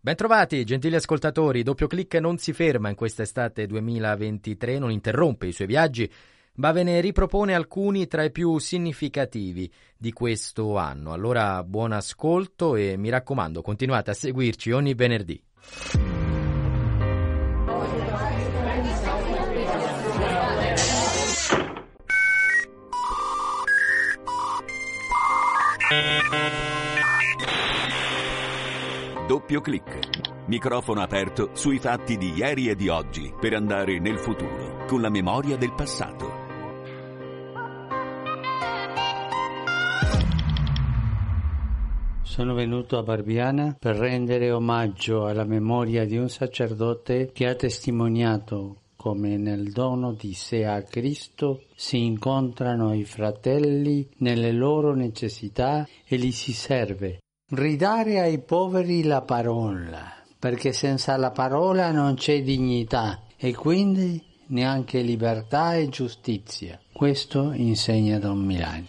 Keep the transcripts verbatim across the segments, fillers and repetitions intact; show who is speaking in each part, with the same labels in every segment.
Speaker 1: Bentrovati, gentili ascoltatori. Doppio Clic non si ferma in quest'estate duemilaventitré, non interrompe i suoi viaggi, ma ve ne ripropone alcuni tra i più significativi di questo anno. Allora, buon ascolto e mi raccomando, continuate a seguirci ogni venerdì.
Speaker 2: Doppio Clic. Microfono aperto sui fatti di ieri e di oggi per andare nel futuro con la memoria del passato.
Speaker 3: Sono venuto a Barbiana per rendere omaggio alla memoria di un sacerdote che ha testimoniato come nel dono di sé a Cristo si incontrano i fratelli nelle loro necessità e li si serve. Ridare ai poveri la parola, perché senza la parola non c'è dignità e quindi neanche libertà e giustizia. Questo insegna Don Milani.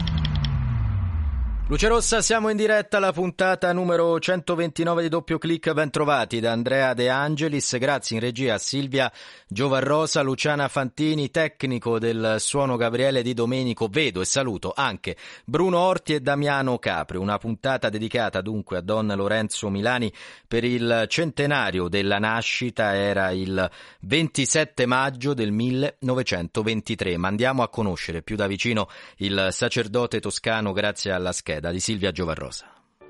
Speaker 1: Luce Rossa, siamo in diretta alla puntata numero centoventinove di Doppio Clic. Ben trovati da Andrea De Angelis, grazie in regia a Silvia Giovarrosa, Luciana Fantini, tecnico del suono Gabriele Di Domenico. Vedo e saluto anche Bruno Orti e Damiano Capri. Una puntata dedicata dunque a Don Lorenzo Milani per il centenario della nascita. Era il ventisette maggio del millenovecentoventitré. Ma andiamo a conoscere più da vicino il sacerdote toscano grazie alla scheda di Silvia Giovarrosa.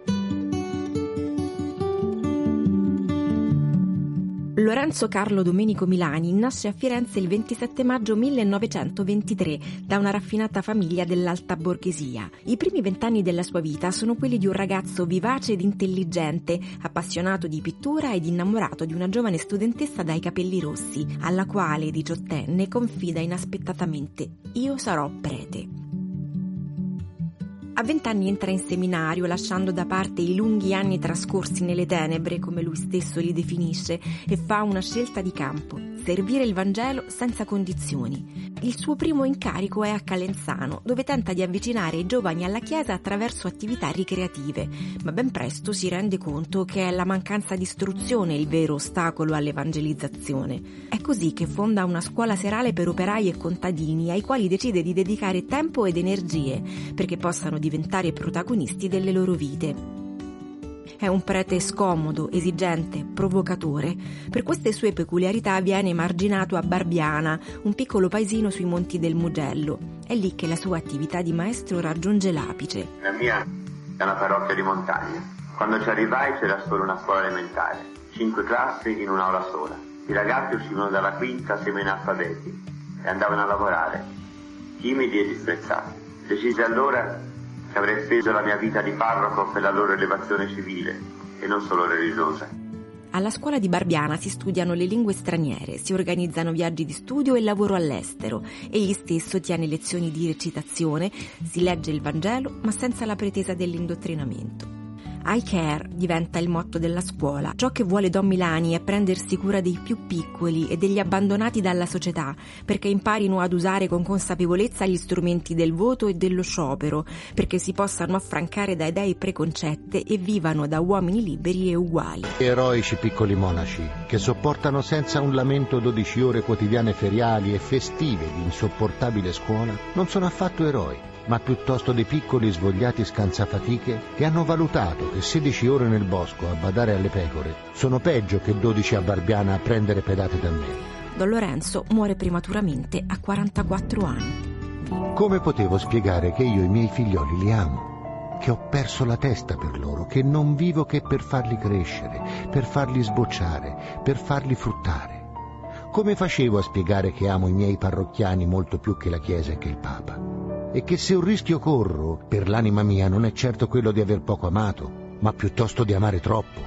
Speaker 4: Lorenzo Carlo Domenico Milani nasce a Firenze il ventisette maggio millenovecentoventitré da una raffinata famiglia dell'alta borghesia. I primi vent'anni della sua vita sono quelli di un ragazzo vivace ed intelligente, appassionato di pittura ed innamorato di una giovane studentessa dai capelli rossi, alla quale, diciottenne, confida inaspettatamente: «Io sarò prete». A vent'anni entra in seminario, lasciando da parte i lunghi anni trascorsi nelle tenebre, come lui stesso li definisce, e fa una scelta di campo: servire il Vangelo senza condizioni. Il suo primo incarico è a Calenzano, dove tenta di avvicinare i giovani alla Chiesa attraverso attività ricreative, ma ben presto si rende conto che è la mancanza di istruzione il vero ostacolo all'evangelizzazione. È così che fonda una scuola serale per operai e contadini, ai quali decide di dedicare tempo ed energie, perché possano diventare protagonisti delle loro vite. È un prete scomodo, esigente, provocatore. Per queste sue peculiarità viene emarginato a Barbiana, un piccolo paesino sui monti del Mugello. È lì che la sua attività di maestro raggiunge l'apice.
Speaker 5: La mia è una parrocchia di montagna. Quando ci arrivai c'era solo una scuola elementare, cinque classi in un'aula sola. I ragazzi uscivano dalla quinta semi-analfabeti e andavano a lavorare, timidi e disprezzati. Decisi allora che avrei speso la mia vita di parroco per la loro elevazione civile e non solo religiosa.
Speaker 4: Alla scuola di Barbiana si studiano le lingue straniere, si organizzano viaggi di studio e lavoro all'estero. Egli stesso tiene lezioni di recitazione, si legge il Vangelo, ma senza la pretesa dell'indottrinamento. I care diventa il motto della scuola. Ciò che vuole Don Milani è prendersi cura dei più piccoli e degli abbandonati dalla società, perché imparino ad usare con consapevolezza gli strumenti del voto e dello sciopero, perché si possano affrancare da idee preconcette e vivano da uomini liberi e uguali.
Speaker 6: Eroici piccoli monaci che sopportano senza un lamento dodici ore quotidiane feriali e festive di insopportabile scuola non sono affatto eroi, ma piuttosto dei piccoli svogliati scansafatiche che hanno valutato che sedici ore nel bosco a badare alle pecore sono peggio che dodici a Barbiana a prendere pedate da me.
Speaker 4: Don Lorenzo muore prematuramente a quarantaquattro anni.
Speaker 6: Come potevo spiegare che io i miei figlioli li amo, che ho perso la testa per loro, che non vivo che per farli crescere, per farli sbocciare, per farli fruttare? Come facevo a spiegare che amo i miei parrocchiani molto più che la Chiesa e che il Papa? E che se un rischio corro per l'anima mia non è certo quello di aver poco amato, ma piuttosto di amare troppo.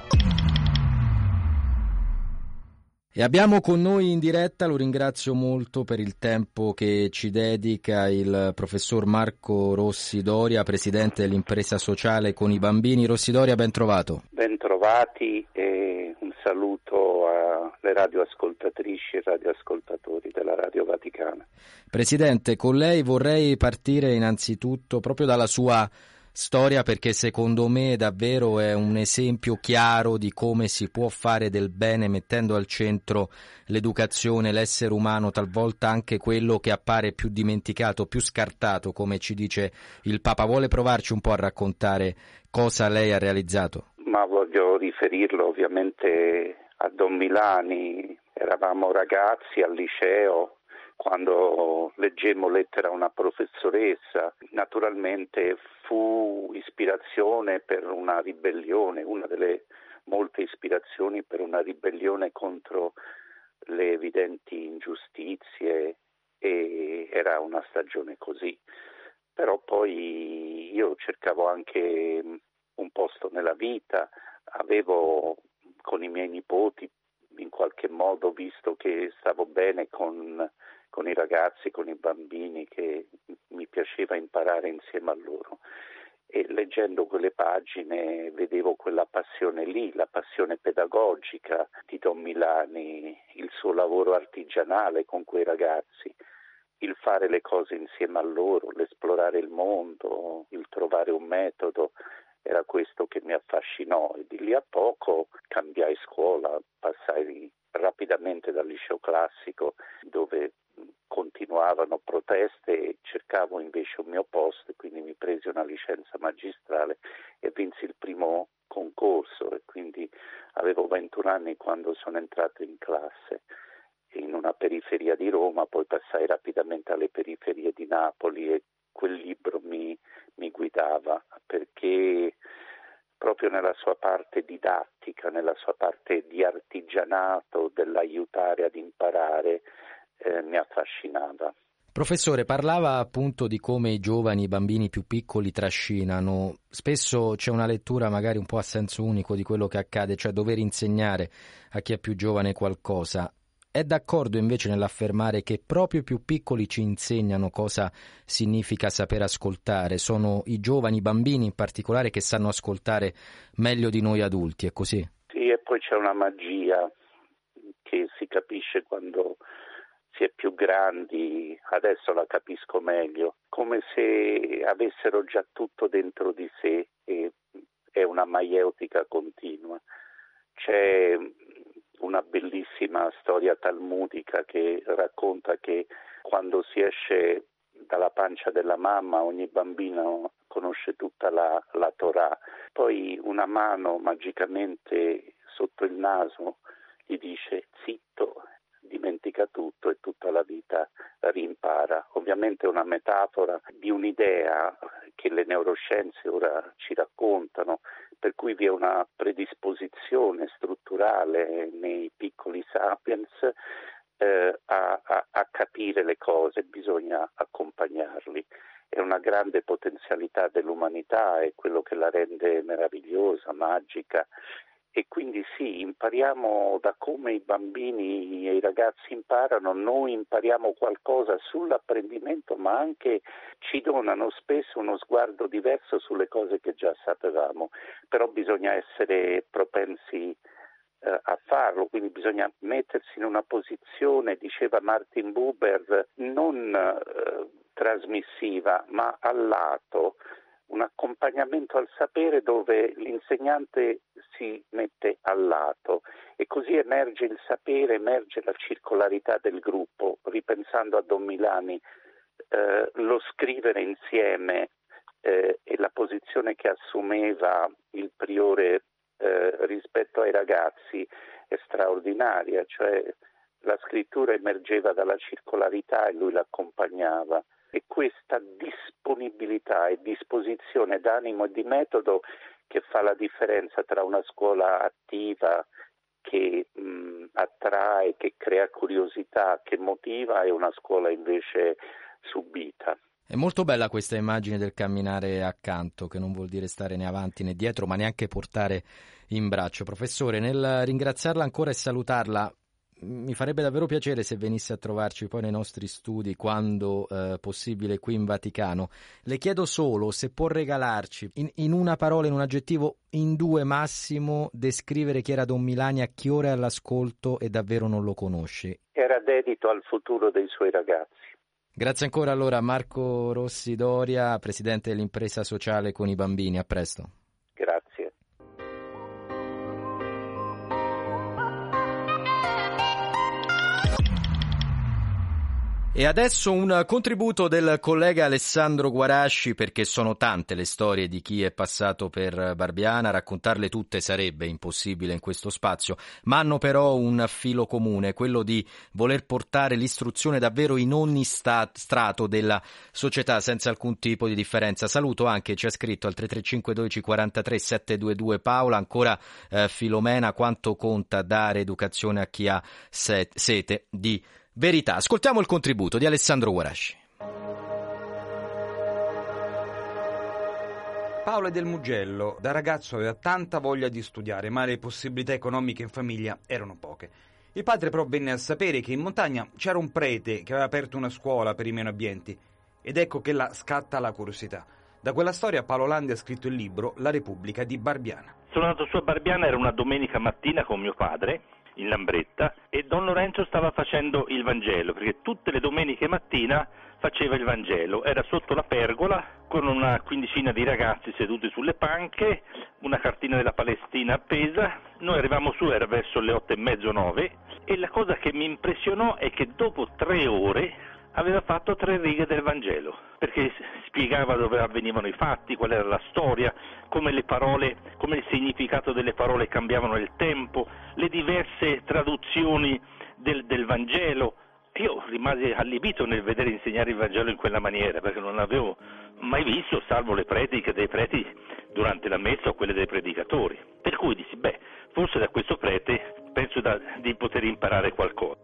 Speaker 1: E abbiamo con noi in diretta, lo ringrazio molto per il tempo che ci dedica, il professor Marco Rossidoria, presidente dell'impresa sociale Con i Bambini. Rossidoria, ben trovato.
Speaker 7: Ben trovati e un saluto alle radioascoltatrici e radioascoltatori della Radio Vaticana.
Speaker 1: Presidente, con lei vorrei partire innanzitutto proprio dalla sua storia, perché secondo me davvero è un esempio chiaro di come si può fare del bene mettendo al centro l'educazione, l'essere umano, talvolta anche quello che appare più dimenticato, più scartato, come ci dice il Papa. Vuole provarci un po' a raccontare cosa lei ha realizzato?
Speaker 7: Ma voglio riferirlo ovviamente a Don Milani. Eravamo ragazzi al liceo quando leggemmo Lettera a una professoressa. Naturalmente fu ispirazione per una ribellione, una delle molte ispirazioni per una ribellione contro le evidenti ingiustizie, e era una stagione così. Però poi io cercavo anche un posto nella vita, avevo con i miei nipoti in qualche modo visto che stavo bene con, con i ragazzi, con i bambini, che mi piaceva imparare insieme a loro, e leggendo quelle pagine vedevo quella passione lì, la passione pedagogica di Don Milani, il suo lavoro artigianale con quei ragazzi, il fare le cose insieme a loro, l'esplorare il mondo, il trovare un metodo. Era questo che mi affascinò, e di lì a poco cambiai scuola, passai rapidamente dal liceo classico dove continuavano proteste e cercavo invece un mio posto, quindi mi presi una licenza magistrale e vinsi il primo concorso, e quindi avevo ventuno anni quando sono entrato in classe in una periferia di Roma, poi passai rapidamente alle periferie di Napoli, e quel libro mi, mi guidava, perché proprio nella sua parte didattica, nella sua parte di artigianato, dell'aiutare ad imparare, eh, mi affascinava.
Speaker 1: Professore, parlava appunto di come i giovani, i bambini più piccoli trascinano. Spesso c'è una lettura magari un po' a senso unico di quello che accade, cioè dover insegnare a chi è più giovane qualcosa. È d'accordo invece nell'affermare che proprio i più piccoli ci insegnano cosa significa saper ascoltare? Sono i giovani, i bambini in particolare, che sanno ascoltare meglio di noi adulti, è così?
Speaker 7: Sì, e poi c'è una magia che si capisce quando si è più grandi, adesso la capisco meglio, come se avessero già tutto dentro di sé, e è una maieutica continua. C'è una bellissima storia talmudica che racconta che quando si esce dalla pancia della mamma ogni bambino conosce tutta la, la Torah, poi una mano magicamente sotto il naso gli dice zitto, dimentica tutto e tutta la vita rimpara. Ovviamente è una metafora di un'idea che le neuroscienze ora ci raccontano, per cui vi è una predisposizione strutturale nei piccoli sapiens eh, a, a, a capire le cose, bisogna accompagnarli. È una grande potenzialità dell'umanità, è quello che la rende meravigliosa, magica. E quindi sì, impariamo da come i bambini e i ragazzi imparano, noi impariamo qualcosa sull'apprendimento, ma anche ci donano spesso uno sguardo diverso sulle cose che già sapevamo, però bisogna essere propensi eh, a farlo, quindi bisogna mettersi in una posizione, diceva Martin Buber, non eh, trasmissiva, ma a lato, un accompagnamento al sapere dove l'insegnante si mette a lato, e così emerge il sapere, emerge la circolarità del gruppo. Ripensando a Don Milani, eh, lo scrivere insieme eh, e la posizione che assumeva il priore eh, rispetto ai ragazzi è straordinaria, cioè la scrittura emergeva dalla circolarità e lui l'accompagnava. E questa disponibilità e disposizione d'animo e di metodo che fa la differenza tra una scuola attiva che mh, attrae, che crea curiosità, che motiva, e una scuola invece subita.
Speaker 1: È molto bella questa immagine del camminare accanto, che non vuol dire stare né avanti né dietro, ma neanche portare in braccio. Professore, nel ringraziarla ancora e salutarla, mi farebbe davvero piacere se venisse a trovarci poi nei nostri studi quando eh, possibile qui in Vaticano. Le chiedo solo se può regalarci in, in una parola, in un aggettivo, in due massimo, descrivere chi era Don Milani, a chi ora è all'ascolto e davvero non lo conosce.
Speaker 7: Era dedito al futuro dei suoi ragazzi.
Speaker 1: Grazie ancora allora Marco Rossi Doria, presidente dell'impresa sociale con i bambini. A presto.
Speaker 7: Grazie.
Speaker 1: E adesso un contributo del collega Alessandro Guarasci, perché sono tante le storie di chi è passato per Barbiana, raccontarle tutte sarebbe impossibile in questo spazio, ma hanno però un filo comune, quello di voler portare l'istruzione davvero in ogni sta- strato della società, senza alcun tipo di differenza. Saluto anche, ci ha scritto al tre tre cinque uno due quattro tre sette due due Paola, ancora eh, Filomena, quanto conta dare educazione a chi ha set- sete di verità. Ascoltiamo il contributo di Alessandro Guarasci.
Speaker 8: Paolo è del Mugello. Da ragazzo aveva tanta voglia di studiare, ma le possibilità economiche in famiglia erano poche. Il padre però venne a sapere che in montagna c'era un prete che aveva aperto una scuola per i meno abbienti, ed ecco che là scatta la curiosità. Da quella storia Paolo Landi ha scritto il libro La Repubblica di Barbiana.
Speaker 9: Sono andato su a Barbiana, era una domenica mattina con mio padre in Lambretta, e Don Lorenzo stava facendo il Vangelo, perché tutte le domeniche mattina faceva il Vangelo. Era sotto la pergola con una quindicina di ragazzi seduti sulle panche, una cartina della Palestina appesa. Noi arrivavamo su, era verso le otto e mezzo, nove, e la cosa che mi impressionò è che dopo tre ore aveva fatto tre righe del Vangelo, perché spiegava dove avvenivano i fatti, qual era la storia, come le parole, come il significato delle parole cambiavano nel tempo, le diverse traduzioni del, del Vangelo. Io rimasi allibito nel vedere insegnare il Vangelo in quella maniera, perché non l'avevo mai visto, salvo le prediche dei preti durante la messa o quelle dei predicatori. Per cui dissi, beh, forse da questo prete penso da, di poter imparare qualcosa.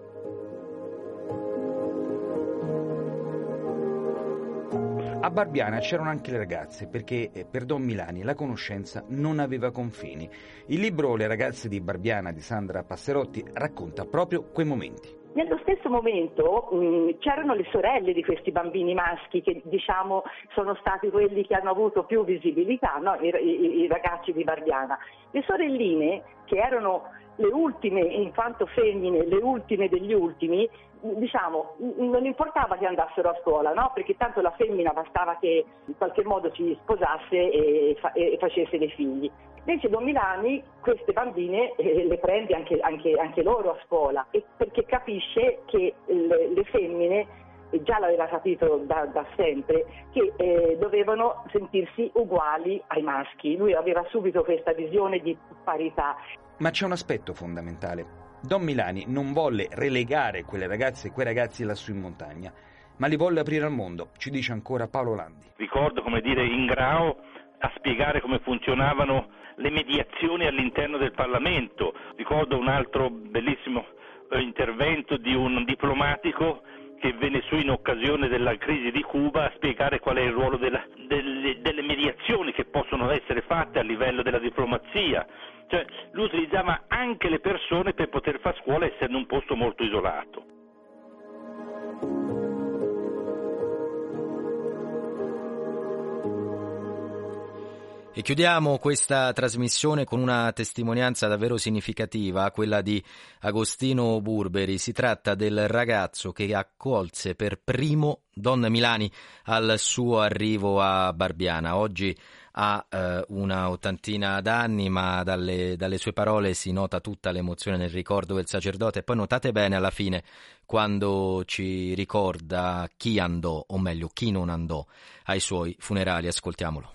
Speaker 8: A Barbiana c'erano anche le ragazze, perché per Don Milani la conoscenza non aveva confini. Il libro Le ragazze di Barbiana di Sandra Passerotti racconta proprio quei momenti.
Speaker 10: Nello stesso momento mh, c'erano le sorelle di questi bambini maschi che, diciamo, sono stati quelli che hanno avuto più visibilità, no? I, i, i ragazzi di Barbiana. Le sorelline, che erano le ultime infanto femmine, le ultime degli ultimi, diciamo, non importava che andassero a scuola, no? Perché tanto la femmina bastava che in qualche modo si sposasse e, fa- e facesse dei figli. Invece Don Milani queste bambine eh, le prende anche, anche, anche loro a scuola, e perché capisce che le, le femmine, e già l'aveva capito da, da sempre, che eh, dovevano sentirsi uguali ai maschi. Lui aveva subito questa visione di parità.
Speaker 8: Ma c'è un aspetto fondamentale. Don Milani non volle relegare quelle ragazze e quei ragazzi lassù in montagna, ma li volle aprire al mondo, ci dice ancora Paolo Landi.
Speaker 9: Ricordo, come dire, in Grao a spiegare come funzionavano le mediazioni all'interno del Parlamento. Ricordo un altro bellissimo eh, intervento di un diplomatico che venne su in occasione della crisi di Cuba a spiegare qual è il ruolo della, delle, delle mediazioni che possono essere fatte a livello della diplomazia. Cioè, lui utilizzava anche le persone per poter fare scuola, essendo un posto molto isolato.
Speaker 1: E chiudiamo questa trasmissione con una testimonianza davvero significativa, quella di Agostino Burberi. Si tratta del ragazzo che accolse per primo Don Milani al suo arrivo a Barbiana. Oggi ha eh, una ottantina d'anni, ma dalle, dalle sue parole si nota tutta l'emozione nel ricordo del sacerdote. E poi notate bene alla fine, quando ci ricorda chi andò, o meglio chi non andò, ai suoi funerali. Ascoltiamolo.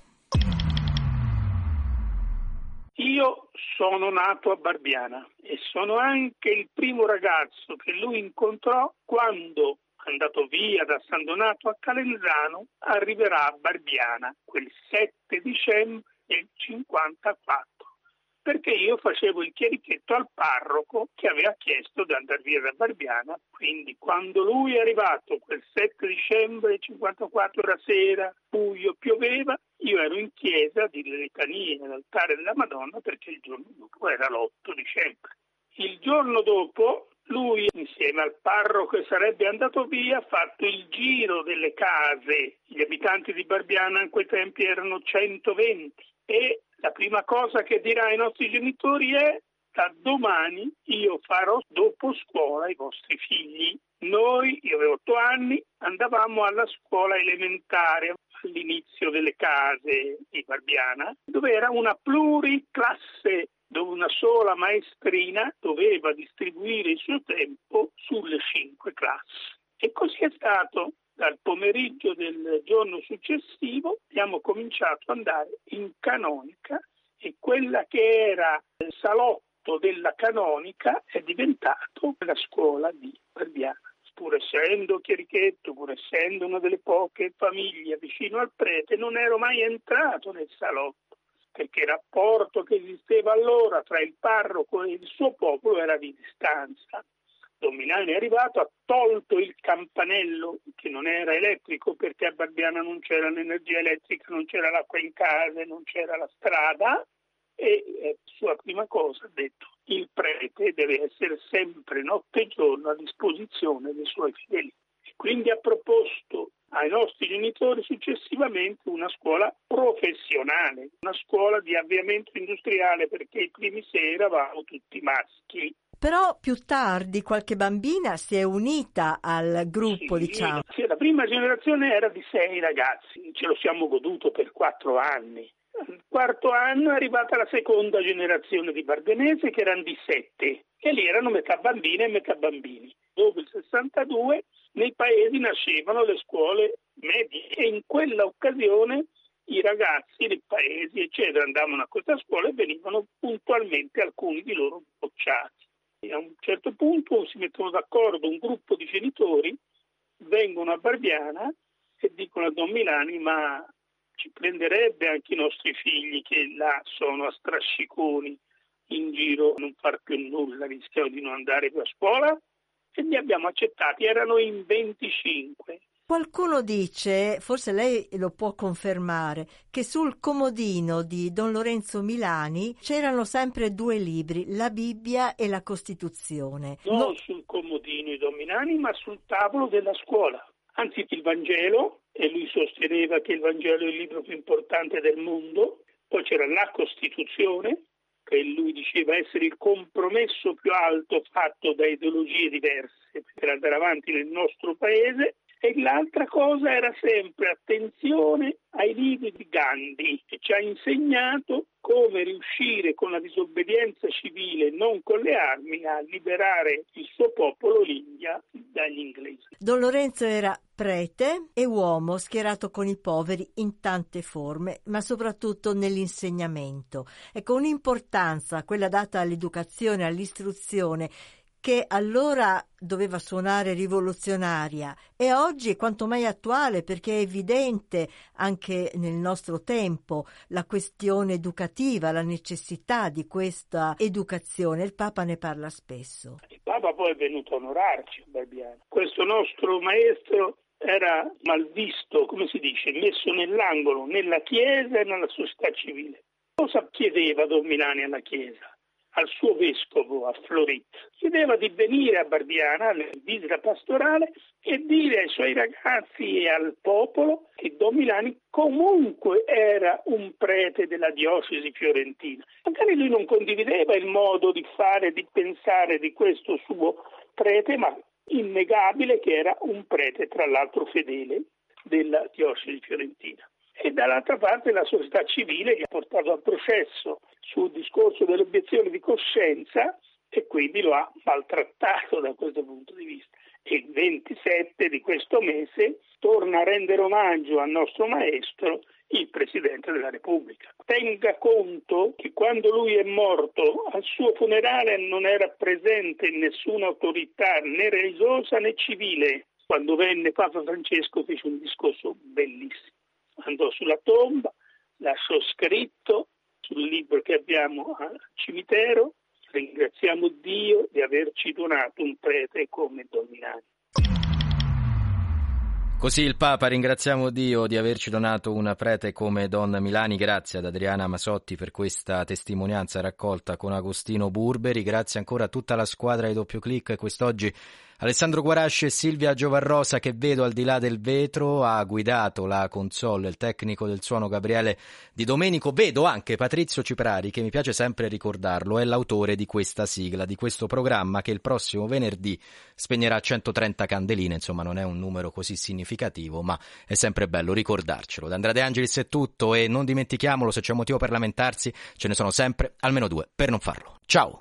Speaker 11: Io sono nato a Barbiana e sono anche il primo ragazzo che lui incontrò quando, andato via da San Donato a Calenzano, arriverà a Barbiana quel sette dicembre del cinquantaquattro, perché io facevo il chierichetto al parroco che aveva chiesto di andare via da Barbiana. Quindi quando lui è arrivato quel sette dicembre del cinquantaquattro, era sera, buio, pioveva, io ero in chiesa di litanie nell'altare della Madonna, perché il giorno dopo era l'otto dicembre. Il giorno dopo lui, insieme al parroco che sarebbe andato via, ha fatto il giro delle case. Gli abitanti di Barbiana in quei tempi erano centoventi, e la prima cosa che dirà ai nostri genitori è: da domani io farò dopo scuola i vostri figli Noi, io avevo otto anni, andavamo alla scuola elementare all'inizio delle case di Barbiana, dove era una pluriclasse, dove una sola maestrina doveva distribuire il suo tempo sulle cinque classi. E così è stato. Dal pomeriggio del giorno successivo abbiamo cominciato ad andare in canonica e quella che era il salotto della canonica è diventato la scuola di Barbiana. Pur essendo chierichetto, pur essendo una delle poche famiglie vicino al prete, non ero mai entrato nel salotto, perché il rapporto che esisteva allora tra il parroco e il suo popolo era di distanza. Don Milani è arrivato, ha tolto il campanello che non era elettrico, perché a Barbiana non c'era l'energia elettrica, non c'era l'acqua in casa, non c'era la strada, e eh, sua prima cosa ha detto: il prete deve essere sempre notte e giorno a disposizione dei suoi fedeli. E quindi ha proposto ai nostri genitori successivamente una scuola professionale, una scuola di avviamento industriale, perché i primi sei eravamo tutti maschi.
Speaker 12: Però più tardi qualche bambina si è unita al gruppo,
Speaker 11: sì,
Speaker 12: diciamo.
Speaker 11: Sì, la prima generazione era di sei ragazzi, ce lo siamo goduto per quattro anni. Al quarto anno è arrivata la seconda generazione di barbenesi, che erano di sette, e lì erano metà bambine e metà bambini. Dopo il sessantadue nei paesi nascevano le scuole medie e in quella occasione i ragazzi dei paesi eccetera andavano a questa scuola e venivano puntualmente alcuni di loro bocciati. A un certo punto si mettono d'accordo un gruppo di genitori, vengono a Barbiana e dicono a Don Milani: ma ci prenderebbe anche i nostri figli che là sono a strasciconi in giro, non far più nulla, rischiano di non andare più a scuola? E li abbiamo accettati, erano in venticinque.
Speaker 12: Qualcuno dice, forse lei lo può confermare, che sul comodino di Don Lorenzo Milani c'erano sempre due libri, la Bibbia e la Costituzione.
Speaker 11: Non
Speaker 12: no.
Speaker 11: sul comodino di Don Milani, ma sul tavolo della scuola. Anzi, il Vangelo, e lui sosteneva che il Vangelo è il libro più importante del mondo. Poi c'era la Costituzione, che lui diceva essere il compromesso più alto fatto da ideologie diverse per andare avanti nel nostro paese. E l'altra cosa era sempre attenzione ai libri di Gandhi, che ci ha insegnato come riuscire con la disobbedienza civile, non con le armi, a liberare il suo popolo, l'India, dagli inglesi.
Speaker 12: Don Lorenzo era prete e uomo schierato con i poveri in tante forme, ma soprattutto nell'insegnamento. Ecco, un'importanza, quella data all'educazione, all'istruzione, che allora doveva suonare rivoluzionaria e oggi è quanto mai attuale, perché è evidente anche nel nostro tempo la questione educativa, la necessità di questa educazione. Il Papa ne parla spesso.
Speaker 11: Il Papa poi è venuto a onorarci a Barbiana. Questo nostro maestro era malvisto, come si dice, messo nell'angolo, nella Chiesa e nella società civile. Cosa chiedeva Don Milani alla Chiesa? Al suo vescovo a Florit, chiedeva di venire a Barbiana alla visita pastorale e dire ai suoi ragazzi e al popolo che Don Milani comunque era un prete della diocesi fiorentina. Magari lui non condivideva il modo di fare, di pensare di questo suo prete, ma innegabile che era un prete, tra l'altro fedele, della diocesi fiorentina. E dall'altra parte la società civile gli ha portato al processo sul discorso delle obiezioni di coscienza e quindi lo ha maltrattato da questo punto di vista. E il ventisette di questo mese torna a rendere omaggio al nostro maestro il Presidente della Repubblica. Tenga conto che quando lui è morto al suo funerale non era presente nessuna autorità né religiosa né civile. Quando venne Papa Francesco fece un discorso bellissimo. Andò sulla tomba, lasciò scritto sul libro che abbiamo al cimitero: ringraziamo Dio di averci donato un prete come Don Milani.
Speaker 1: Così il Papa, ringraziamo Dio di averci donato una prete come Donna Milani. Grazie ad Adriana Masotti per questa testimonianza raccolta con Agostino Burberi. Grazie ancora a tutta la squadra di Doppio Clic. Quest'oggi Alessandro Guarasci e Silvia Giovarrosa, che vedo al di là del vetro, ha guidato la console, il tecnico del suono Gabriele Di Domenico. Vedo anche Patrizio Ciprari, che mi piace sempre ricordarlo, è l'autore di questa sigla, di questo programma che il prossimo venerdì spegnerà centotrenta candeline. Insomma, non è un numero così significativo, ma è sempre bello ricordarcelo. Da Andrea De Angelis è tutto, e non dimentichiamolo, se c'è motivo per lamentarsi ce ne sono sempre almeno due per non farlo. Ciao!